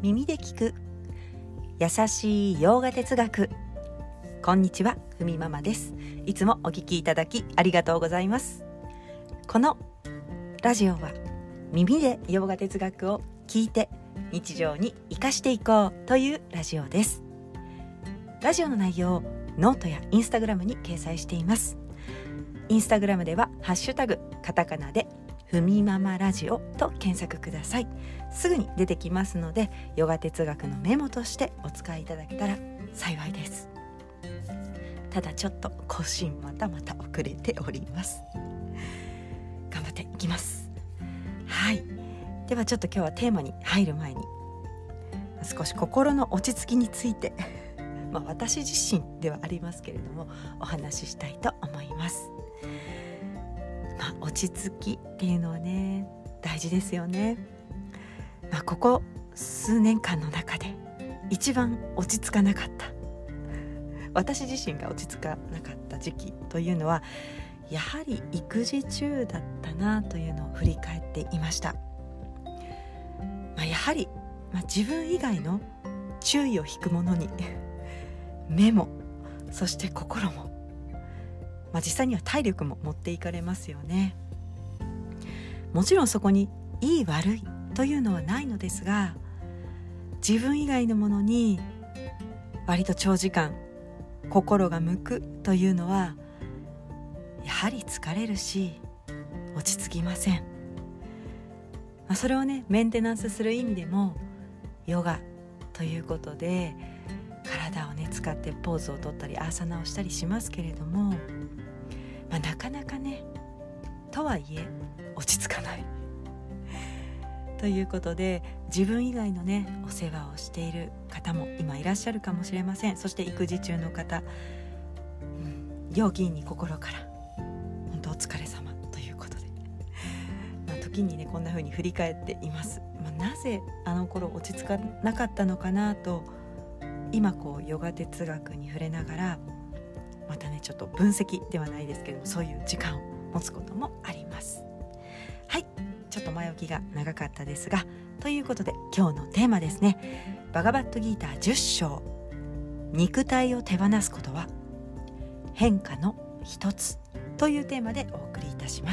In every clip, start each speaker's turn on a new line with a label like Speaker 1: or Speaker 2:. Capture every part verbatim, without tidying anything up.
Speaker 1: 耳で聞く優しい洋画哲学。こんにちは、ふみママです。いつもお聞きいただきありがとうございます。このラジオは耳で洋画哲学を聞いて日常に生かしていこうというラジオです。ラジオの内容をノートやインスタグラムに掲載しています。インスタグラムではハッシュタグカタカナでふみママラジオと検索ください。すぐに出てきますので、ヨガ哲学のメモとしてお使いいただけたら幸いです。ただちょっと更新またまた遅れております。頑張っていきます。はい、ではちょっと今日はテーマに入る前に少し心の落ち着きについてまあ私自身ではありますけれどもお話ししたいと思います。まあ、落ち着きっていうのはね大事ですよね。まあ、ここ数年間の中で一番落ち着かなかった私自身が落ち着かなかった時期というのはやはり育児中だったなというのを振り返っていました。まあ、やはり、まあ、自分以外の注意を引くものに目もそして心も、まあ、実際には体力も持っていかれますよね。もちろんそこにいい悪いというのはないのですが、自分以外のものに割と長時間心が向くというのはやはり疲れるし落ち着きません。まあ、それをねメンテナンスする意味でもヨガということで体をね使ってポーズを取ったりアーサナをしたりしますけれども、まあ、なかなかねとはいえ落ち着かないということで、自分以外のねお世話をしている方も今いらっしゃるかもしれません。そして育児中の方、うん、良きに心から本当お疲れ様ということで、まあ、時にねこんな風に振り返っています。まあ、なぜあの頃落ち着かなかったのかなと今こうヨガ哲学に触れながらまたねちょっと分析ではないですけどそういう時間を持つこともあります。はい、ちょっと前置きが長かったですが、ということで今日のテーマですね。バガバットギーターじゅっ章、肉体を手放すことは変化の一つというテーマでお送りいたします。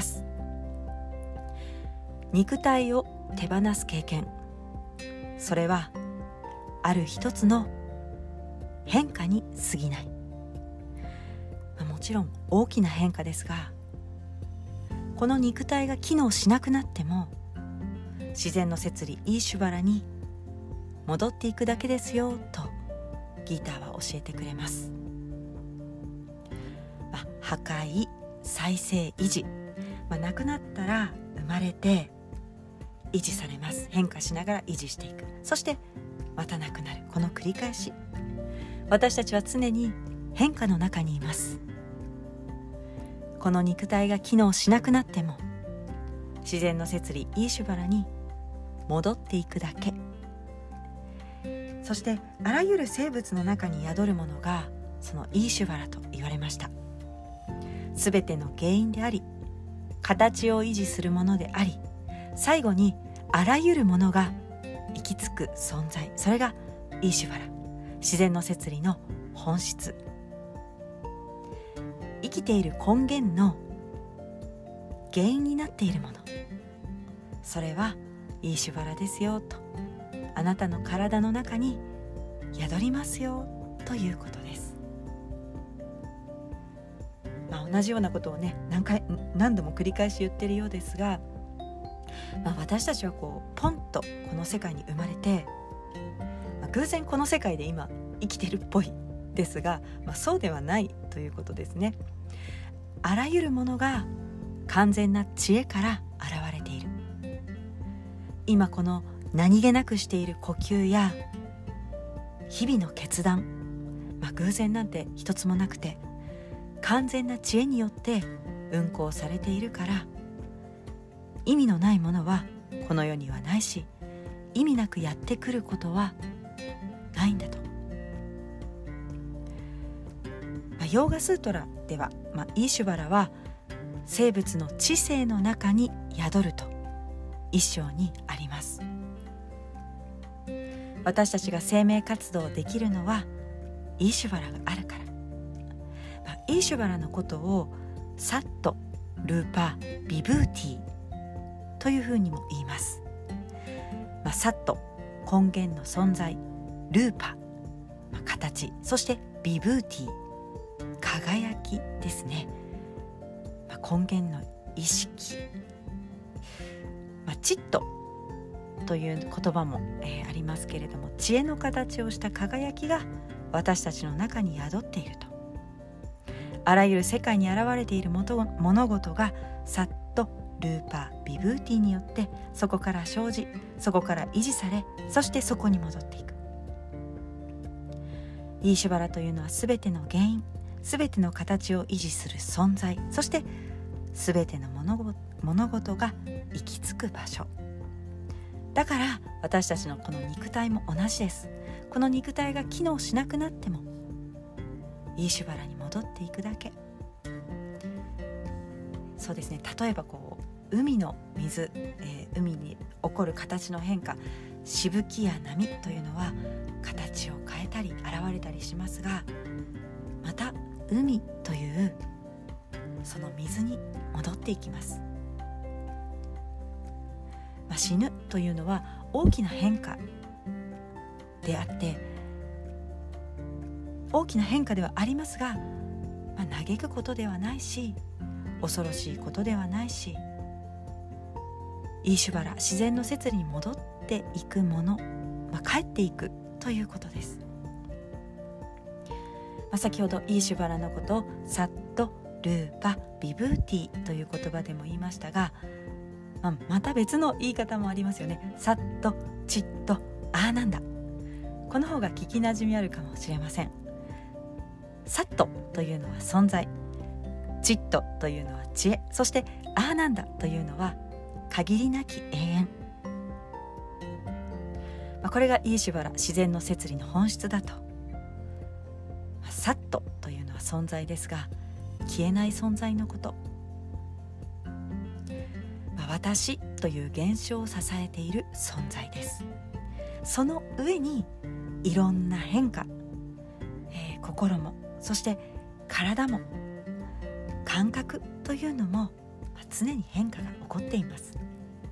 Speaker 1: 肉体を手放す経験、それはある一つの変化に過ぎない。もちろん大きな変化ですが、この肉体が機能しなくなっても自然の摂理イーシュバラに戻っていくだけですよとギーターは教えてくれます。まあ、破壊、再生、維持、まあ、なくなったら生まれて維持されます。変化しながら維持していく、そしてまたなくなる、この繰り返し。私たちは常に変化の中にいます。この肉体が機能しなくなっても自然の摂理イーシュバラに戻っていくだけ。そしてあらゆる生物の中に宿るものがそのイーシュバラと言われました。すべての原因であり、形を維持するものであり、最後にあらゆるものが行き着く存在、それがイーシュバラ、自然の摂理の本質。生きている根源の原因になっているもの、それはイーシュバラですよと、あなたの体の中に宿りますよということです。まあ、同じようなことをね何回何度も繰り返し言ってるようですが、まあ、私たちはこうポンとこの世界に生まれて、まあ、偶然この世界で今生きてるっぽいですが、まあ、そうではないということですね。あらゆるものが完全な知恵から現れている。今この何気なくしている呼吸や日々の決断、まあ、偶然なんて一つもなくて完全な知恵によって運行されているから、意味のないものはこの世にはないし、意味なくやってくることはないんだと。まあ、ヨーガスートラでは、まあ、イーシュバラは生物の知性の中に宿ると一章にあります。 私たちが生命活動できるのはイーシュバラがあるから、まあ、イーシュバラのことをサット、ルーパ、ビブーティーというふうにも言います。まあ、サット、根源の存在、ルーパ、まあ、形、そしてビブーティー、輝きですね。まあ、根源の意識、まあ、チットという言葉も、えー、ありますけれども、知恵の形をした輝きが私たちの中に宿っていると。あらゆる世界に現れている物事がサット、ルーパー、ビブーティーによってそこから生じ、そこから維持され、そしてそこに戻っていく。イーシュバラというのはすべての原因、すべての形を維持する存在、そしてすべての物事、物事が行き着く場所だから、私たちのこの肉体も同じです。この肉体が機能しなくなってもイーシュバラに戻っていくだけ。そうですね、例えばこう海の水、えー、海に起こる形の変化、しぶきや波というのは形を変えたり現れたりしますが、また海というその水に戻っていきます。まあ、死ぬというのは大きな変化であって、大きな変化ではありますが、まあ、嘆くことではないし、恐ろしいことではないし、イーシュバラ、自然の摂理に戻っていくもの、まあ、帰っていくということです。まあ、先ほどイーシュバラのことをサット、ルーパ、ビブーティーという言葉でも言いましたが、まあ、また別の言い方もありますよね。サット、チット、アーナンダ。この方が聞きなじみあるかもしれません。サットというのは存在、チットというのは知恵、そしてアーナンダというのは限りなき永遠。まあ、これがイーシュバラ、自然の摂理の本質だと。まあ、サットというのは存在ですが、消えない存在のこと。まあ、私という現象を支えている存在です。その上にいろんな変化、えー、心も、そして体も、感覚というのも、まあ、常に変化が起こっています。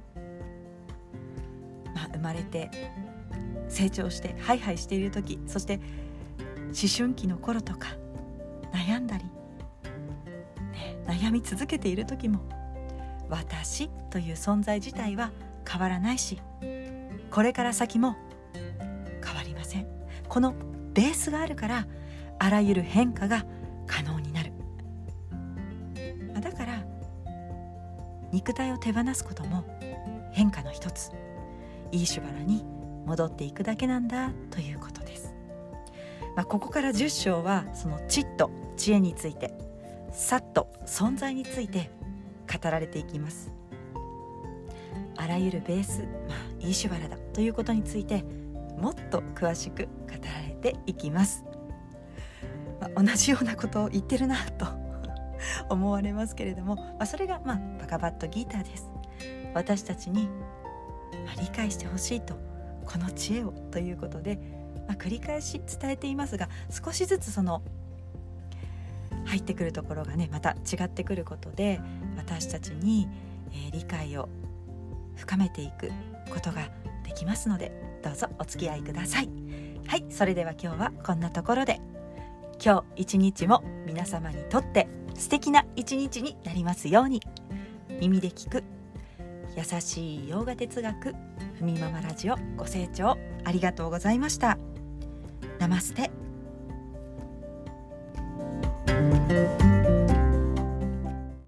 Speaker 1: まあ、生まれて成長してハイハイしている時、そして思春期の頃とか悩んだり、ね、悩み続けている時も私という存在自体は変わらないし、これから先も変わりません。このベースがあるからあらゆる変化が可能になる。だから肉体を手放すことも変化の一つ、イーシュバラに戻っていくだけなんだということです。まあ、ここからじゅっ章はそのチット、知恵について、サット、存在について語られていきます。あらゆるベース、まあ、イーシュバラだということについてもっと詳しく語られていきます。まあ、同じようなことを言ってるなと思われますけれども、まあ、それが、まあ、バガバットギーターです。私たちに、まあ、理解してほしいと、この知恵をということで、まあ、繰り返し伝えていますが、少しずつその入ってくるところがね、また違ってくることで、私たちに、えー、理解を深めていくことができますので、どうぞお付き合いください。はい、それでは今日はこんなところで、今日一日も皆様にとって素敵な一日になりますように。耳で聞く優しい洋画哲学、ふみママラジオ、ご清聴ありがとうございました。ナマステ。